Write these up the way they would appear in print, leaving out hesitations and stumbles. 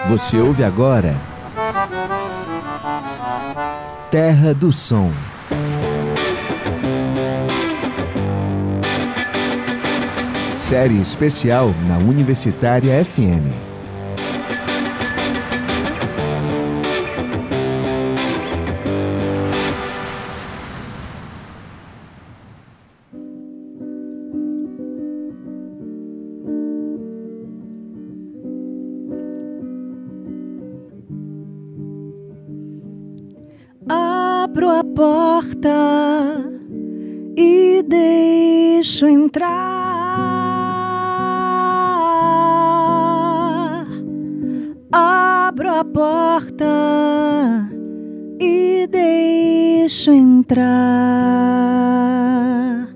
Você ouve agora Terra do Som. Série especial na Universitária FM. Abro a porta e deixo entrar. Abro a porta e deixo entrar.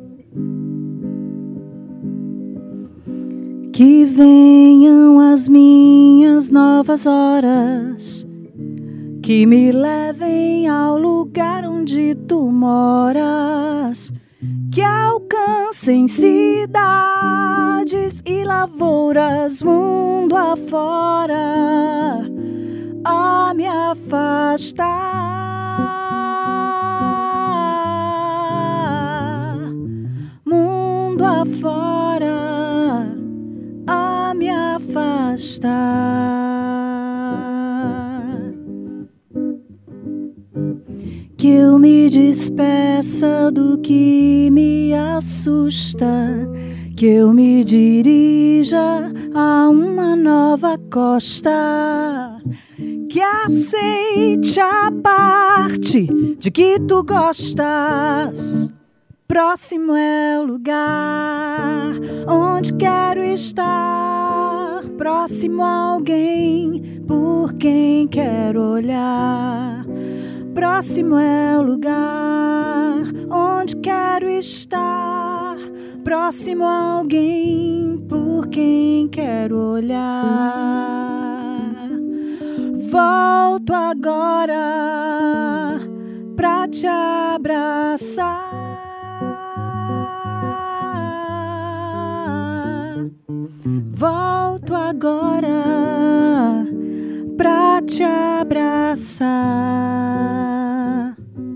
Que venham as minhas novas horas, que me levem ao lugar onde tu moras, que alcancem cidades e lavouras mundo afora, a me afastar, mundo afora, a me afastar. Que eu me despeça do que me assusta, que eu me dirija a uma nova costa, que aceite a parte de que tu gostas. Próximo é o lugar onde quero estar, próximo a alguém por quem quero olhar. Próximo é o lugar onde quero estar, próximo a alguém por quem quero olhar. Volto agora pra te abraçar. Volto agora pra te abraçar.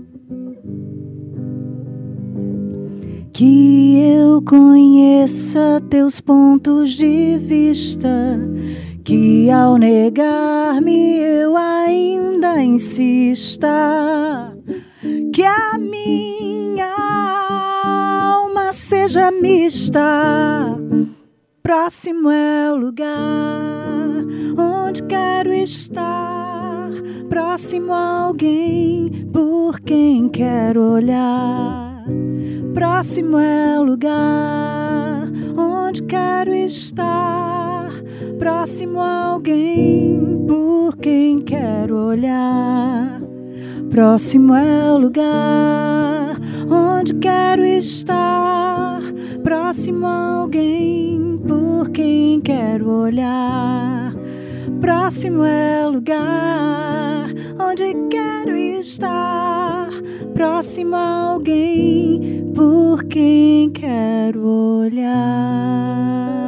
Que eu conheça teus pontos de vista, que ao negar-me eu ainda insista, que a minha alma seja mista. Próximo é o lugar onde quero estar, próximo a alguém por quem quero olhar. Próximo é o lugar onde quero estar, próximo a alguém por quem quero olhar. Próximo é o lugar onde quero estar, próximo a alguém por quem quero olhar. Próximo é o lugar onde quero estar, próximo a alguém por quem quero olhar.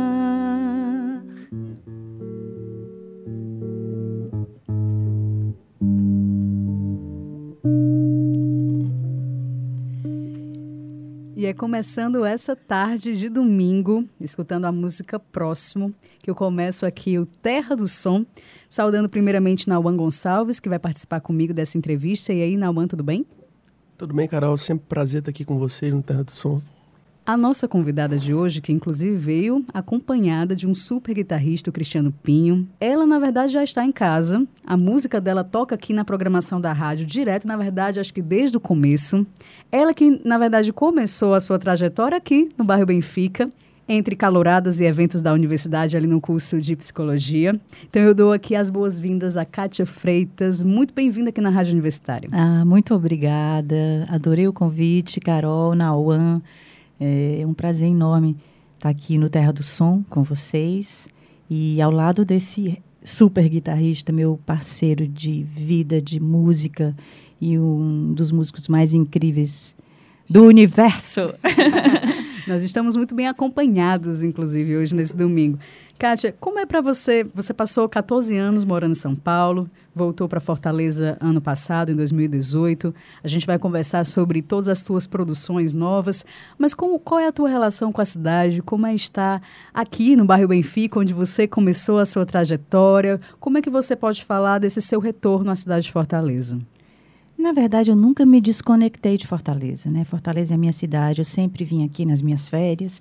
E é começando essa tarde de domingo, escutando a música Próximo, que eu começo aqui o Terra do Som, saudando primeiramente Nauan Gonçalves, que vai participar comigo dessa entrevista. E aí, Nauan, tudo bem? Tudo bem, Carol. Sempre um prazer estar aqui com vocês no Terra do Som. A nossa convidada de hoje, que inclusive veio acompanhada de um super guitarrista, o Cristiano Pinho. Ela, na verdade, já está em casa. A música dela toca aqui na programação da rádio direto, na verdade, acho que desde o começo. Ela que, na verdade, começou a sua trajetória aqui no bairro Benfica, entre caloradas e eventos da universidade, ali no curso de psicologia. Então, eu dou aqui as boas-vindas a Kátia Freitas. Muito bem-vinda aqui na Rádio Universitária. Muito obrigada. Adorei o convite, Carol, Nauan. É um prazer enorme estar aqui no Terra do Som com vocês e ao lado desse super guitarrista, meu parceiro de vida, de música e um dos músicos mais incríveis do universo. Nós estamos muito bem acompanhados, inclusive, hoje nesse domingo. Kátia, como é para você? Você passou 14 anos morando em São Paulo, voltou para Fortaleza ano passado, em 2018. A gente vai conversar sobre todas as tuas produções novas, mas qual é a tua relação com a cidade? Como é estar aqui no bairro Benfica, onde você começou a sua trajetória? Como é que você pode falar desse seu retorno à cidade de Fortaleza? Na verdade, eu nunca me desconectei de Fortaleza, né? Fortaleza é a minha cidade, eu sempre vim aqui nas minhas férias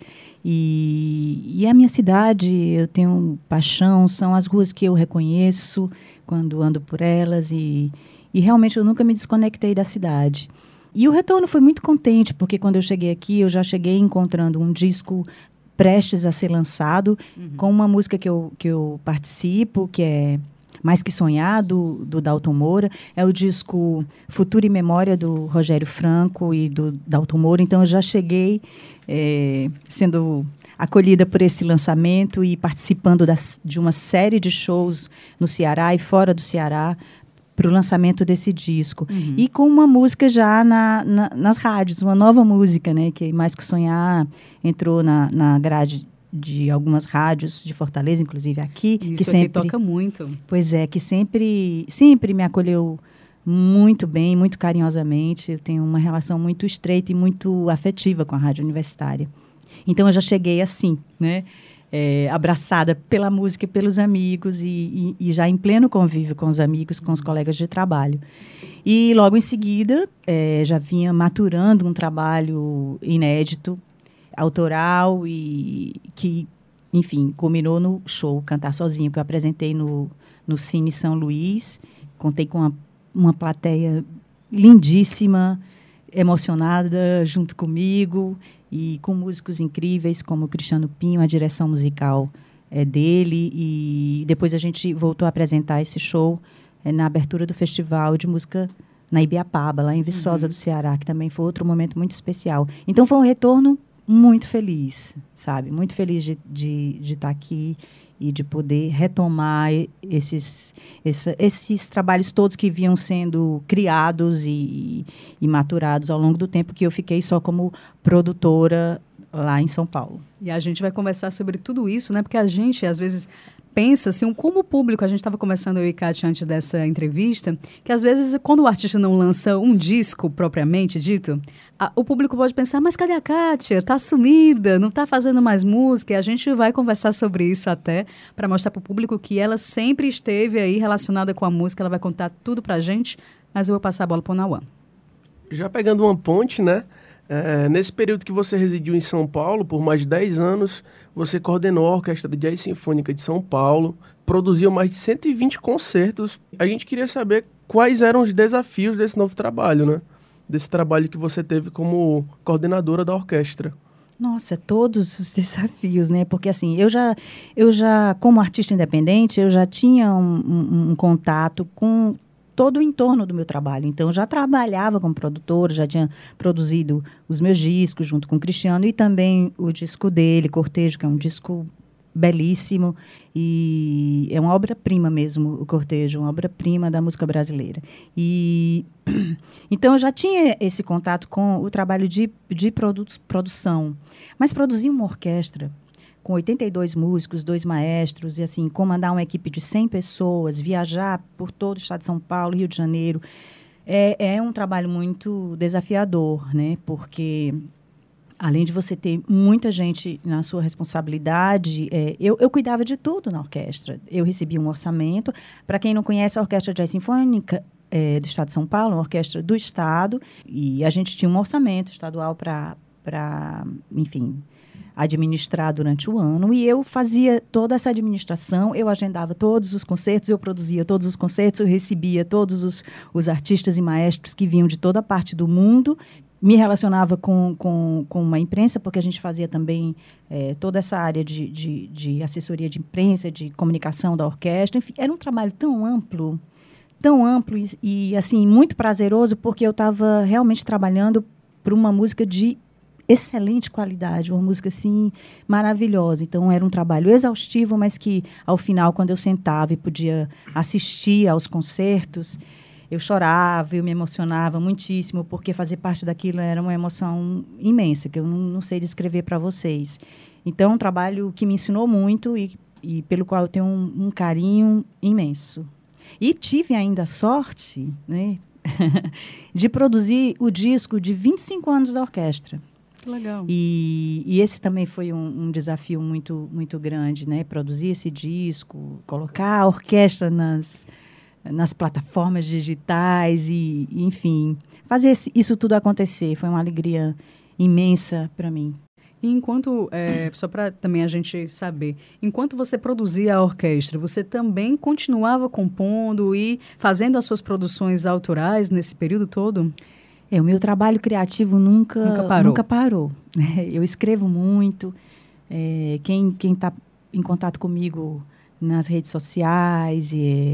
e é a minha cidade, eu tenho paixão, são as ruas que eu reconheço quando ando por elas e realmente eu nunca me desconectei da cidade. E o retorno foi muito contente, porque quando eu cheguei aqui, eu já cheguei encontrando um disco prestes a ser lançado, com uma música que eu participo, que é Mais Que Sonhar, do Dalton Moura. É o disco Futuro e Memória, do Rogério Franco e do Dalton Moura. Então, eu já cheguei sendo acolhida por esse lançamento e participando de uma série de shows no Ceará e fora do Ceará para o lançamento desse disco. E com uma música já nas rádios, uma nova música, né? Que Mais Que Sonhar entrou na grade de algumas rádios de Fortaleza, inclusive aqui. Isso que sempre toca muito. Pois é, que sempre me acolheu muito bem, muito carinhosamente. Eu tenho uma relação muito estreita e muito afetiva com a Rádio Universitária. Então, eu já cheguei assim, né? Abraçada pela música e pelos amigos e já em pleno convívio com os amigos, com os colegas de trabalho. E logo em seguida, já vinha maturando um trabalho inédito, autoral e que, enfim, culminou no show Cantar Sozinho, que eu apresentei no Cine São Luís. Contei com uma plateia lindíssima, emocionada junto comigo e com músicos incríveis como o Cristiano Pinho, a direção musical é dele. E depois a gente voltou a apresentar esse show na abertura do Festival de Música na Ibiapaba, lá em Viçosa do Ceará, que também foi outro momento muito especial. Então, foi um retorno muito feliz, sabe? Muito feliz de estar aqui e de poder retomar esses trabalhos todos que vinham sendo criados e maturados ao longo do tempo que eu fiquei só como produtora lá em São Paulo. E a gente vai conversar sobre tudo isso, né? Porque a gente, às vezes, pensa assim, como o público, a gente estava conversando, eu e Kátia, antes dessa entrevista, que às vezes, quando o artista não lança um disco propriamente dito, o público pode pensar, mas cadê a Kátia? Tá sumida, não tá fazendo mais música. E a gente vai conversar sobre isso até, para mostrar para o público que ela sempre esteve aí relacionada com a música, ela vai contar tudo pra gente, mas eu vou passar a bola pro Nauã. Já pegando uma ponte, né? Nesse período que você residiu em São Paulo, por mais de 10 anos, você coordenou a Orquestra de Jazz Sinfônica de São Paulo, produziu mais de 120 concertos. A gente queria saber quais eram os desafios desse novo trabalho, né? Desse trabalho que você teve como coordenadora da orquestra. Nossa, todos os desafios, né? Porque, assim, eu já como artista independente, eu já tinha um contato com todo o entorno do meu trabalho. Então, eu já trabalhava como produtora, já tinha produzido os meus discos junto com o Cristiano e também o disco dele, Cortejo, que é um disco belíssimo e é uma obra-prima mesmo, o Cortejo, uma obra-prima da música brasileira. Então, eu já tinha esse contato com o trabalho de produção. Mas produzir uma orquestra com 82 músicos, 2 maestros, e assim, comandar uma equipe de 100 pessoas, viajar por todo o estado de São Paulo, Rio de Janeiro, é um trabalho muito desafiador, né? Porque, além de você ter muita gente na sua responsabilidade, eu cuidava de tudo na orquestra. Eu recebia um orçamento. Para quem não conhece, a Orquestra Jazz Sinfônica do Estado de São Paulo, uma orquestra do Estado, e a gente tinha um orçamento estadual para enfim, administrar durante o ano, e eu fazia toda essa administração, eu agendava todos os concertos, eu produzia todos os concertos, eu recebia todos os artistas e maestros que vinham de toda a parte do mundo, me relacionava com uma imprensa, porque a gente fazia também toda essa área de assessoria de imprensa, de comunicação da orquestra, enfim, era um trabalho tão amplo e assim, muito prazeroso, porque eu estava realmente trabalhando para uma música de excelente qualidade, uma música assim maravilhosa. Então era um trabalho exaustivo, mas que ao final, quando eu sentava e podia assistir aos concertos, eu chorava, eu me emocionava muitíssimo, porque fazer parte daquilo era uma emoção imensa, que eu não sei descrever para vocês. Então, é um trabalho que me ensinou muito e pelo qual eu tenho um carinho imenso. E tive ainda a sorte, né, de produzir o disco de 25 anos da orquestra. Que legal. E esse também foi um desafio muito, muito grande, né? Produzir esse disco, colocar a orquestra nas plataformas digitais e, enfim, fazer isso tudo acontecer. Foi uma alegria imensa para mim. E enquanto, só para também a gente saber, enquanto você produzia a orquestra, você também continuava compondo e fazendo as suas produções autorais nesse período todo? O meu trabalho criativo nunca parou. Eu escrevo muito. Quem está em contato comigo nas redes sociais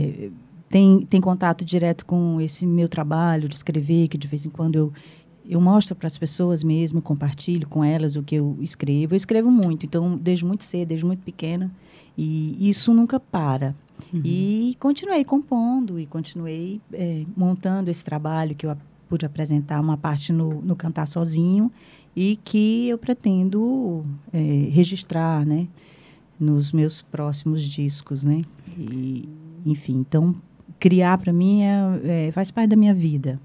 tem contato direto com esse meu trabalho de escrever, que de vez em quando eu mostro para as pessoas mesmo, compartilho com elas o que eu escrevo. Eu escrevo muito, então, desde muito cedo, desde muito pequena, e isso nunca para. Uhum. E continuei compondo e continuei montando esse trabalho que eu pude apresentar uma parte no Cantar Sozinho e que eu pretendo registrar, né, nos meus próximos discos, né? E, enfim, então, criar para mim faz parte da minha vida.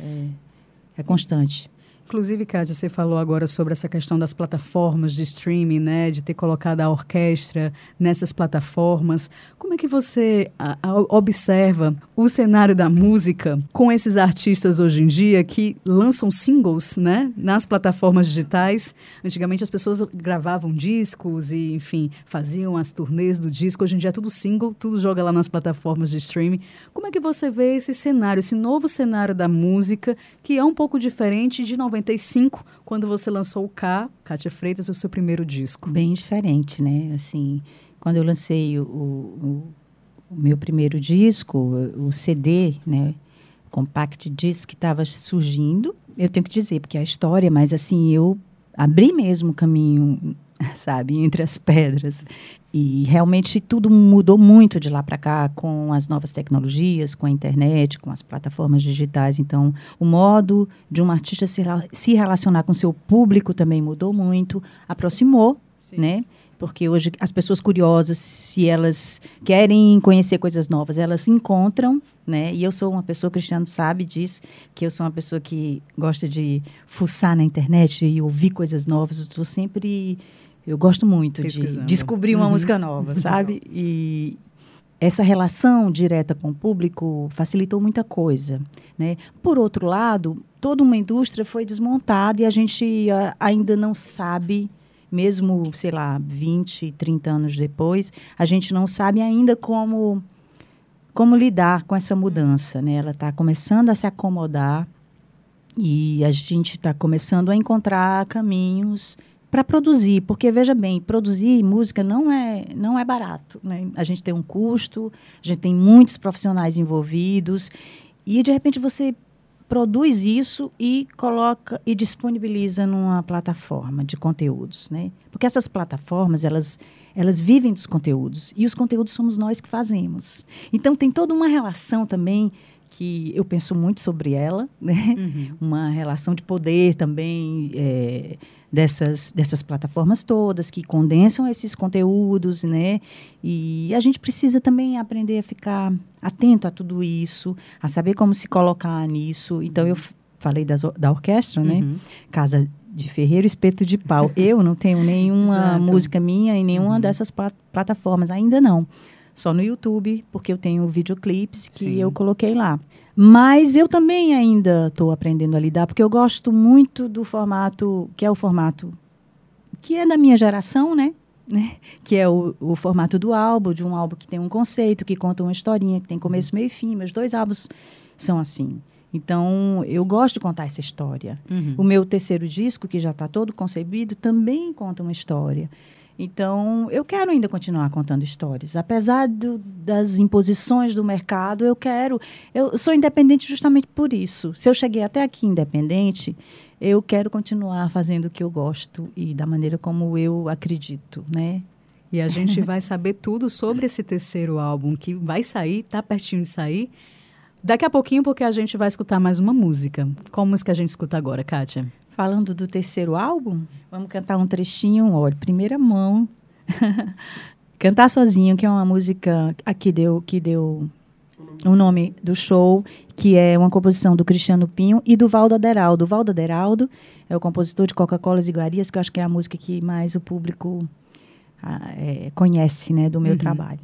É constante. Inclusive, Kátia, você falou agora sobre essa questão das plataformas de streaming, né? De ter colocado a orquestra nessas plataformas. Como é que você observa o cenário da música com esses artistas hoje em dia que lançam singles, né? Nas plataformas digitais? Antigamente as pessoas gravavam discos e, enfim, faziam as turnês do disco. Hoje em dia é tudo single, tudo joga lá nas plataformas de streaming. Como é que você vê esse cenário, esse novo cenário da música, que é um pouco diferente de 95, quando você lançou o Kátia Freitas, o seu primeiro disco? Bem diferente, né? Assim, quando eu lancei o meu primeiro disco, o CD, né? O Compact Disc que estava surgindo, eu tenho que dizer, porque é a história, mas assim, eu abri mesmo o caminho, sabe, entre as pedras. E realmente tudo mudou muito de lá para cá com as novas tecnologias, com a internet, com as plataformas digitais. Então, o modo de um artista se relacionar com seu público também mudou muito, aproximou, sim, né? Porque hoje as pessoas curiosas, se elas querem conhecer coisas novas, elas se encontram, né? E eu sou uma pessoa, o Cristiano sabe disso, que eu sou uma pessoa que gosta de fuçar na internet e ouvir coisas novas. Eu gosto muito de descobrir uma música nova, sabe? E essa relação direta com o público facilitou muita coisa, né? Por outro lado, toda uma indústria foi desmontada e a gente ainda não sabe, mesmo, sei lá, 20, 30 anos depois, a gente não sabe ainda como lidar com essa mudança, né? Ela está começando a se acomodar e a gente está começando a encontrar caminhos para produzir, porque, veja bem, produzir música não é barato, né? A gente tem um custo, a gente tem muitos profissionais envolvidos e, de repente, você produz isso e coloca e disponibiliza numa plataforma de conteúdos, né? Porque essas plataformas, elas vivem dos conteúdos e os conteúdos somos nós que fazemos. Então, tem toda uma relação também que eu penso muito sobre ela, né? Uhum. Uma relação de poder também dessas plataformas todas que condensam esses conteúdos, né? E a gente precisa também aprender a ficar atento a tudo isso, a saber como se colocar nisso. Então, eu falei da orquestra, né? Uhum. Casa de Ferreiro, Espeto de Pau. Eu não tenho nenhuma música minha em nenhuma dessas plataformas, ainda não. Só no YouTube, porque eu tenho videoclipes que eu coloquei lá. Mas eu também ainda estou aprendendo a lidar, porque eu gosto muito do formato, que é o formato que é da minha geração, né? Que é o formato do álbum, de um álbum que tem um conceito, que conta uma historinha, que tem começo, meio e fim. Meus 2 álbuns são assim. Então, eu gosto de contar essa história. Uhum. O meu terceiro disco, que já está todo concebido, também conta uma história. Então, eu quero ainda continuar contando histórias. Apesar das imposições do mercado, eu sou independente justamente por isso. Se eu cheguei até aqui independente, eu quero continuar fazendo o que eu gosto e da maneira como eu acredito, né? E a gente vai saber tudo sobre esse terceiro álbum que vai sair, está pertinho de sair. Daqui a pouquinho, porque a gente vai escutar mais uma música. Qual música a gente escuta agora, Kátia? Falando do terceiro álbum, vamos cantar um trechinho, olha, primeira mão. Cantar Sozinho, que é uma música que deu o nome do show, que é uma composição do Cristiano Pinho e do Valdo Aderaldo. O Valdo Aderaldo é o compositor de Coca-Colas e Iguarias, que eu acho que é a música que mais o público conhece, né, do meu trabalho.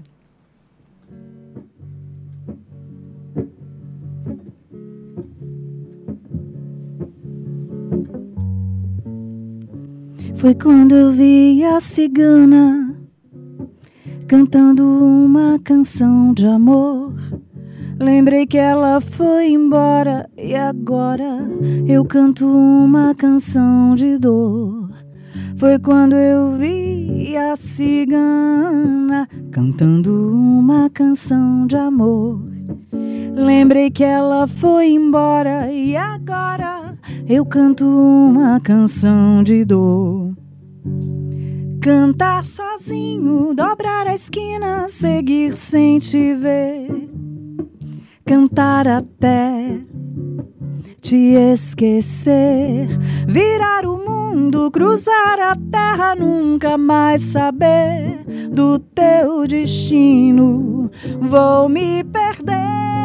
Foi quando eu vi a cigana cantando uma canção de amor. Lembrei que ela foi embora e agora eu canto uma canção de dor. Foi quando eu vi a cigana cantando uma canção de amor. Lembrei que ela foi embora e agora eu canto uma canção de dor. Cantar sozinho, dobrar a esquina, seguir sem te ver. Cantar até te esquecer. Virar o mundo, cruzar a terra, nunca mais saber do teu destino. Vou me perder.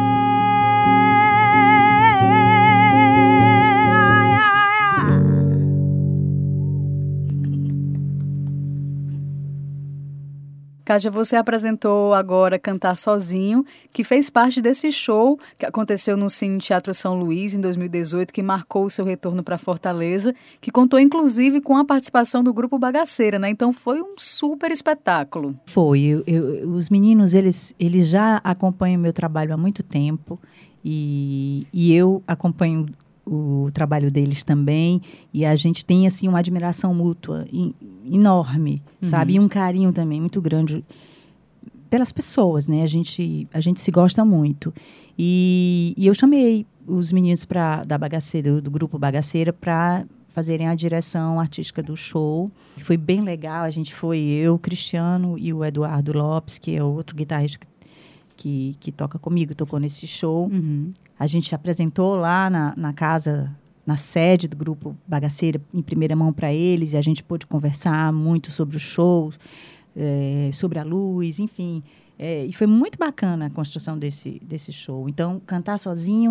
Kátia, você apresentou agora Cantar Sozinho, que fez parte desse show que aconteceu no Cine Teatro São Luís em 2018, que marcou o seu retorno para Fortaleza, que contou inclusive com a participação do Grupo Bagaceira, né? Então foi um super espetáculo. Foi. Os meninos, eles já acompanham o meu trabalho há muito tempo e eu acompanho o trabalho deles também, e a gente tem assim uma admiração mútua enorme, sabe? E um carinho também muito grande pelas pessoas, né? A gente se gosta muito. E eu chamei os meninos da Bagaceira, do Grupo Bagaceira, para fazerem a direção artística do show. Foi bem legal. A gente foi eu, o Cristiano e o Eduardo Lopes, que é outro guitarrista que toca comigo, tocou nesse show. A gente apresentou lá na casa, na sede do Grupo Bagaceira, em primeira mão para eles, e a gente pôde conversar muito sobre o show, sobre a luz, enfim. E foi muito bacana a construção desse show. Então, Cantar Sozinho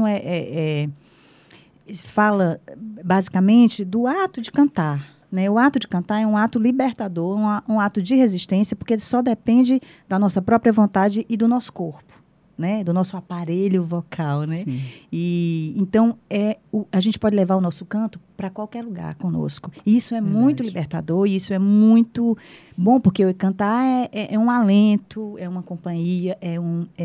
fala, basicamente, do ato de cantar. Né? O ato de cantar é um ato libertador, um ato de resistência, porque só depende da nossa própria vontade e do nosso corpo. Né, do nosso aparelho vocal, né? E então a gente pode levar o nosso canto para qualquer lugar conosco. E isso é muito libertador, e isso é muito bom, porque cantar é um alento, é uma companhia, é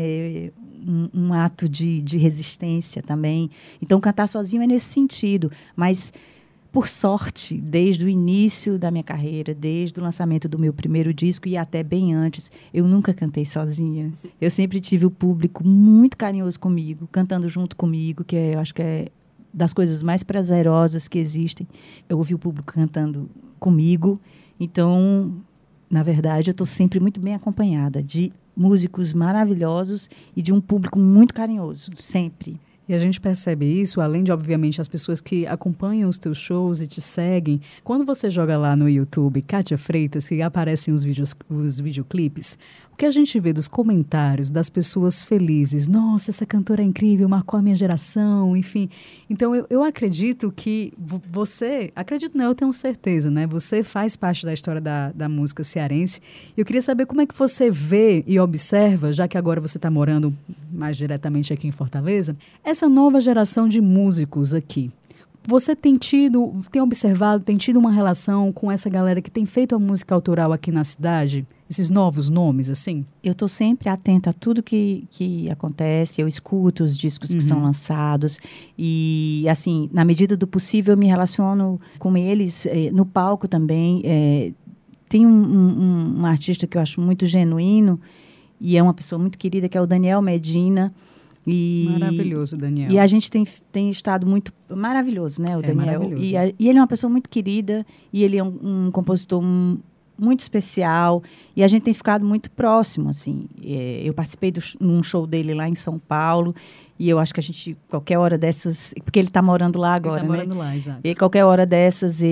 um ato de resistência também. Então, cantar sozinho é nesse sentido, mas por sorte, desde o início da minha carreira, desde o lançamento do meu primeiro disco e até bem antes, eu nunca cantei sozinha. Eu sempre tive o público muito carinhoso comigo, cantando junto comigo, que eu acho que é das coisas mais prazerosas que existem. Eu ouvi o público cantando comigo, então, na verdade, eu estou sempre muito bem acompanhada de músicos maravilhosos e de um público muito carinhoso, sempre. E a gente percebe isso, além de, obviamente, as pessoas que acompanham os teus shows e te seguem. Quando você joga lá no YouTube, Kátia Freitas, que aparecem os videoclipes, o que a gente vê dos comentários das pessoas felizes, nossa, essa cantora é incrível, marcou a minha geração, enfim. Então, eu acredito que você, acredito não, eu tenho certeza, né? Você faz parte da história da música cearense. Eu queria saber como é que você vê e observa, já que agora você está morando mais diretamente aqui em Fortaleza, essa nova geração de músicos aqui. Você tem observado, tem tido uma relação com essa galera que tem feito a música autoral aqui na cidade? Esses novos nomes, assim? Eu estou sempre atenta a tudo que acontece, eu escuto os discos que são lançados e, assim, na medida do possível, eu me relaciono com eles no palco também. Tem um artista que eu acho muito genuíno e é uma pessoa muito querida, que é o Daniel Medina. Maravilhoso, Daniel. E a gente tem estado muito... Maravilhoso, né, o Daniel? E ele é uma pessoa muito querida e ele é um compositor muito especial e a gente tem ficado muito próximo, assim. Eu participei de um show dele lá em São Paulo E eu acho que a gente, qualquer hora dessas... Porque ele está morando lá agora, ele tá morando lá, exato. E qualquer hora dessas,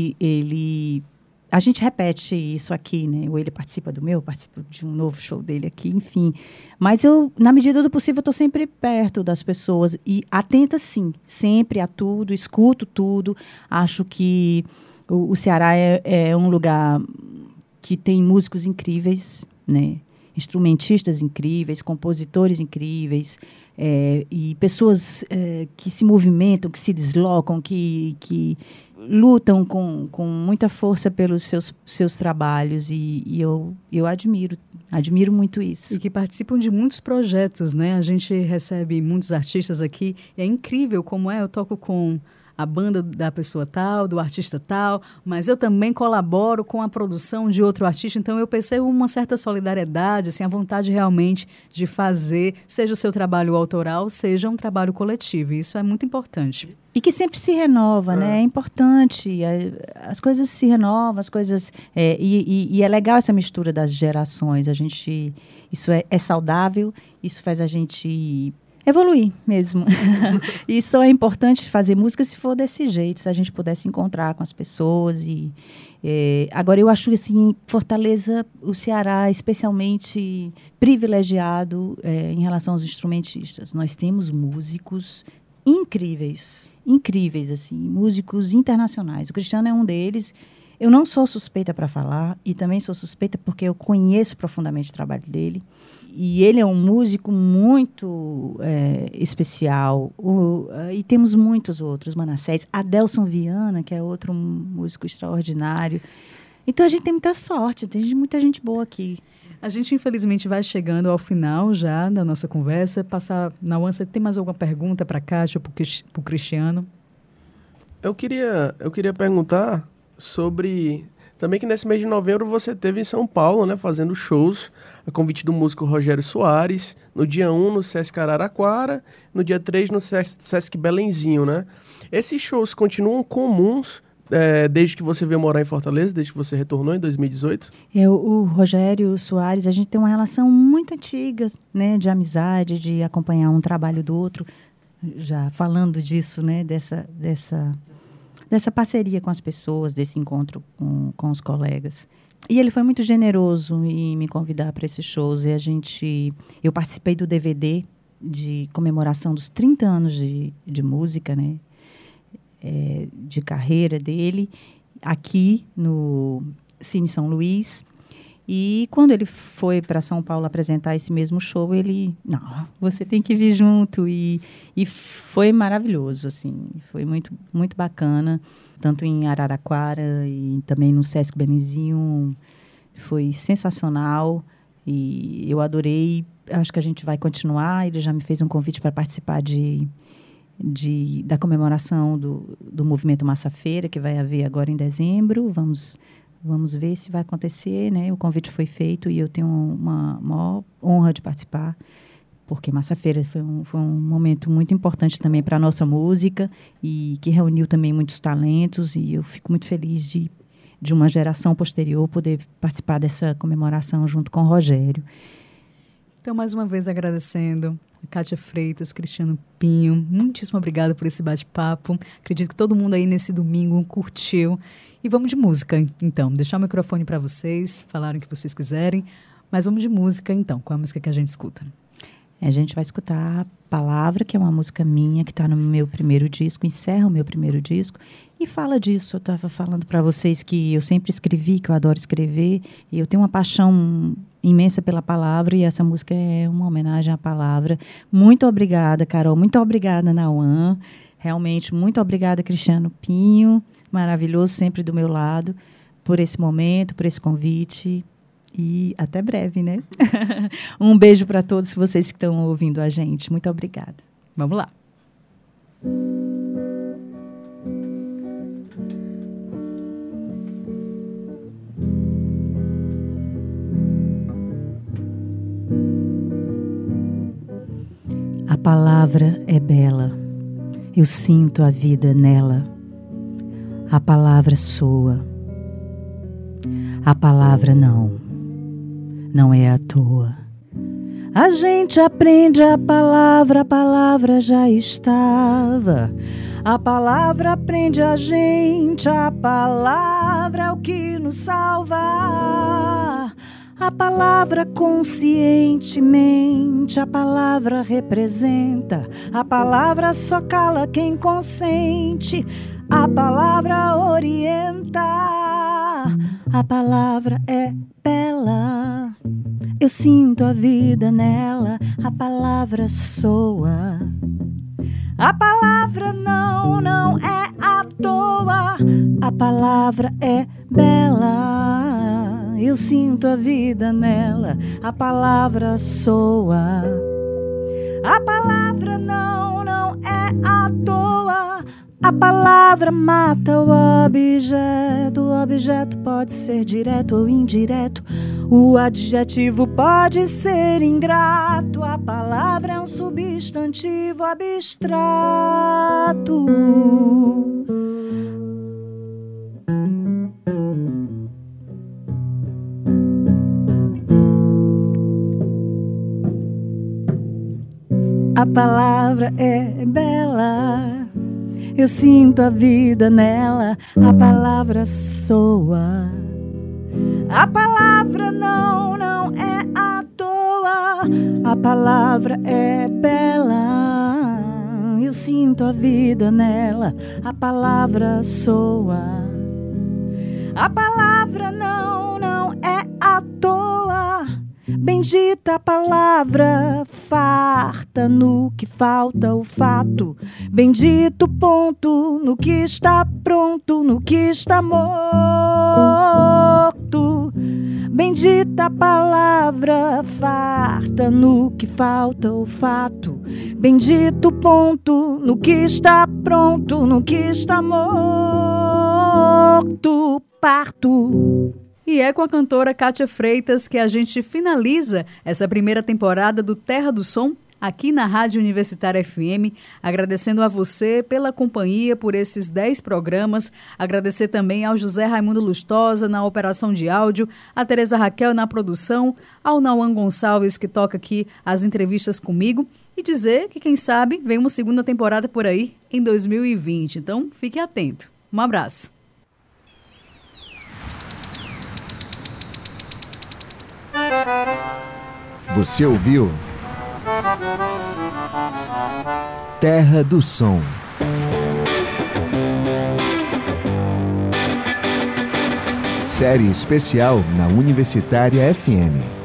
a gente repete isso aqui, né? Ou ele participa do meu, eu participo de um novo show dele aqui, enfim. Mas eu, na medida do possível, estou sempre perto das pessoas e atenta, sim, sempre a tudo, escuto tudo. Acho que o Ceará é um lugar que tem músicos incríveis, né? Instrumentistas incríveis, compositores incríveis, e pessoas que se movimentam, que se deslocam, que lutam com muita força pelos seus trabalhos, e eu admiro muito isso. E que participam de muitos projetos, né? A gente recebe muitos artistas aqui, e é incrível como eu toco com a banda da pessoa tal, do artista tal, mas eu também colaboro com a produção de outro artista, então eu percebo uma certa solidariedade, assim, a vontade realmente de fazer, seja o seu trabalho autoral, seja um trabalho coletivo, e isso é muito importante. E que sempre se renova, né? É importante, as coisas se renovam, as coisas... E é legal essa mistura das gerações, isso é saudável, isso faz a gente... evoluir mesmo. E só é importante fazer música se for desse jeito, se a gente puder se encontrar com as pessoas. Agora, eu acho assim, Fortaleza, o Ceará, especialmente privilegiado em relação aos instrumentistas. Nós temos músicos incríveis, assim, músicos internacionais. O Cristiano é um deles. Eu não sou suspeita para falar, e também sou suspeita porque eu conheço profundamente o trabalho dele. E ele é um músico muito especial. E temos muitos outros, Manassés. Adelson Viana, que é outro músico extraordinário. Então, a gente tem muita sorte, tem muita gente boa aqui. A gente, infelizmente, vai chegando ao final já da nossa conversa. Nauan, você tem mais alguma pergunta para a Kátia ou para o Cristiano? Eu queria perguntar sobre... Também que nesse mês de novembro você esteve em São Paulo, né, fazendo shows, a convite do músico Rogério Soares, no dia 1 no Sesc Araraquara, no dia 3 no Sesc Belenzinho, né? Esses shows continuam comuns desde que você veio morar em Fortaleza, desde que você retornou em 2018? O Rogério Soares, a gente tem uma relação muito antiga, né, de amizade, de acompanhar um trabalho do outro, já falando disso, né, dessa parceria com as pessoas, desse encontro com os colegas. E ele foi muito generoso em me convidar para esses shows. E eu participei do DVD de comemoração dos 30 anos de música, né? De carreira dele, aqui no Cine São Luís. E quando ele foi para São Paulo apresentar esse mesmo show, ele... Não, você tem que vir junto. E foi maravilhoso, assim. Foi muito, muito bacana. Tanto em Araraquara e também no Sesc Belenzinho. Foi sensacional. E eu adorei. Acho que a gente vai continuar. Ele já me fez um convite para participar da comemoração do Movimento Massa Feira, que vai haver agora em dezembro. Vamos ver se vai acontecer, né? O convite foi feito e eu tenho uma maior honra de participar, porque Massa Feira foi um momento muito importante também para a nossa música e que reuniu também muitos talentos, e eu fico muito feliz de uma geração posterior poder participar dessa comemoração junto com o Rogério. Então, mais uma vez agradecendo a Kátia Freitas, Cristiano Pinho, muitíssimo obrigada por esse bate-papo. Acredito que todo mundo aí nesse domingo curtiu. E vamos de música, então. Deixar o microfone para vocês, falarem o que vocês quiserem. Mas vamos de música, então. Qual é a música que a gente escuta? A gente vai escutar Palavra, que é uma música minha, que está no meu primeiro disco, encerra o meu primeiro disco. E fala disso. Eu estava falando para vocês que eu sempre escrevi, que eu adoro escrever. E eu tenho uma paixão imensa pela palavra, e essa música é uma homenagem à palavra. Muito obrigada, Carol. Muito obrigada, Nauan. Realmente, muito obrigada, Cristiano Pinho. Maravilhoso, sempre do meu lado, por esse momento, por esse convite. E até breve, né? Um beijo para todos vocês que estão ouvindo a gente. Muito obrigada. Vamos lá. A palavra é bela. Eu sinto a vida nela. A palavra soa. A palavra não é à toa. A gente aprende a palavra já estava. A palavra aprende a gente, a palavra é o que nos salva. A palavra conscientemente, a palavra representa. A palavra só cala quem consente. A palavra orienta. A palavra é bela. Eu sinto a vida nela. A palavra soa. A palavra não é à toa. A palavra é bela. Eu sinto a vida nela. A palavra soa. A palavra não é à toa. A palavra mata o objeto pode ser direto ou indireto. O adjetivo pode ser ingrato. A palavra é um substantivo abstrato. A palavra é bela. Eu sinto a vida nela. A palavra soa. A palavra não é à toa. A palavra é bela. Eu sinto a vida nela. A palavra soa. A palavra não é à toa. Bendita a palavra, farta no que falta o fato. Bendito ponto no que está pronto, no que está morto. Bendita a palavra, farta no que falta o fato. Bendito ponto no que está pronto, no que está morto. Parto. E é com a cantora Kátia Freitas que a gente finaliza essa primeira temporada do Terra do Som aqui na Rádio Universitária FM, agradecendo a você pela companhia por esses 10 programas, agradecer também ao José Raimundo Lustosa na operação de áudio, a Tereza Raquel na produção, ao Nauan Gonçalves que toca aqui as entrevistas comigo e dizer que quem sabe vem uma segunda temporada por aí em 2020, então fique atento. Um abraço. Você ouviu Terra do Som. Série especial na Universitária FM.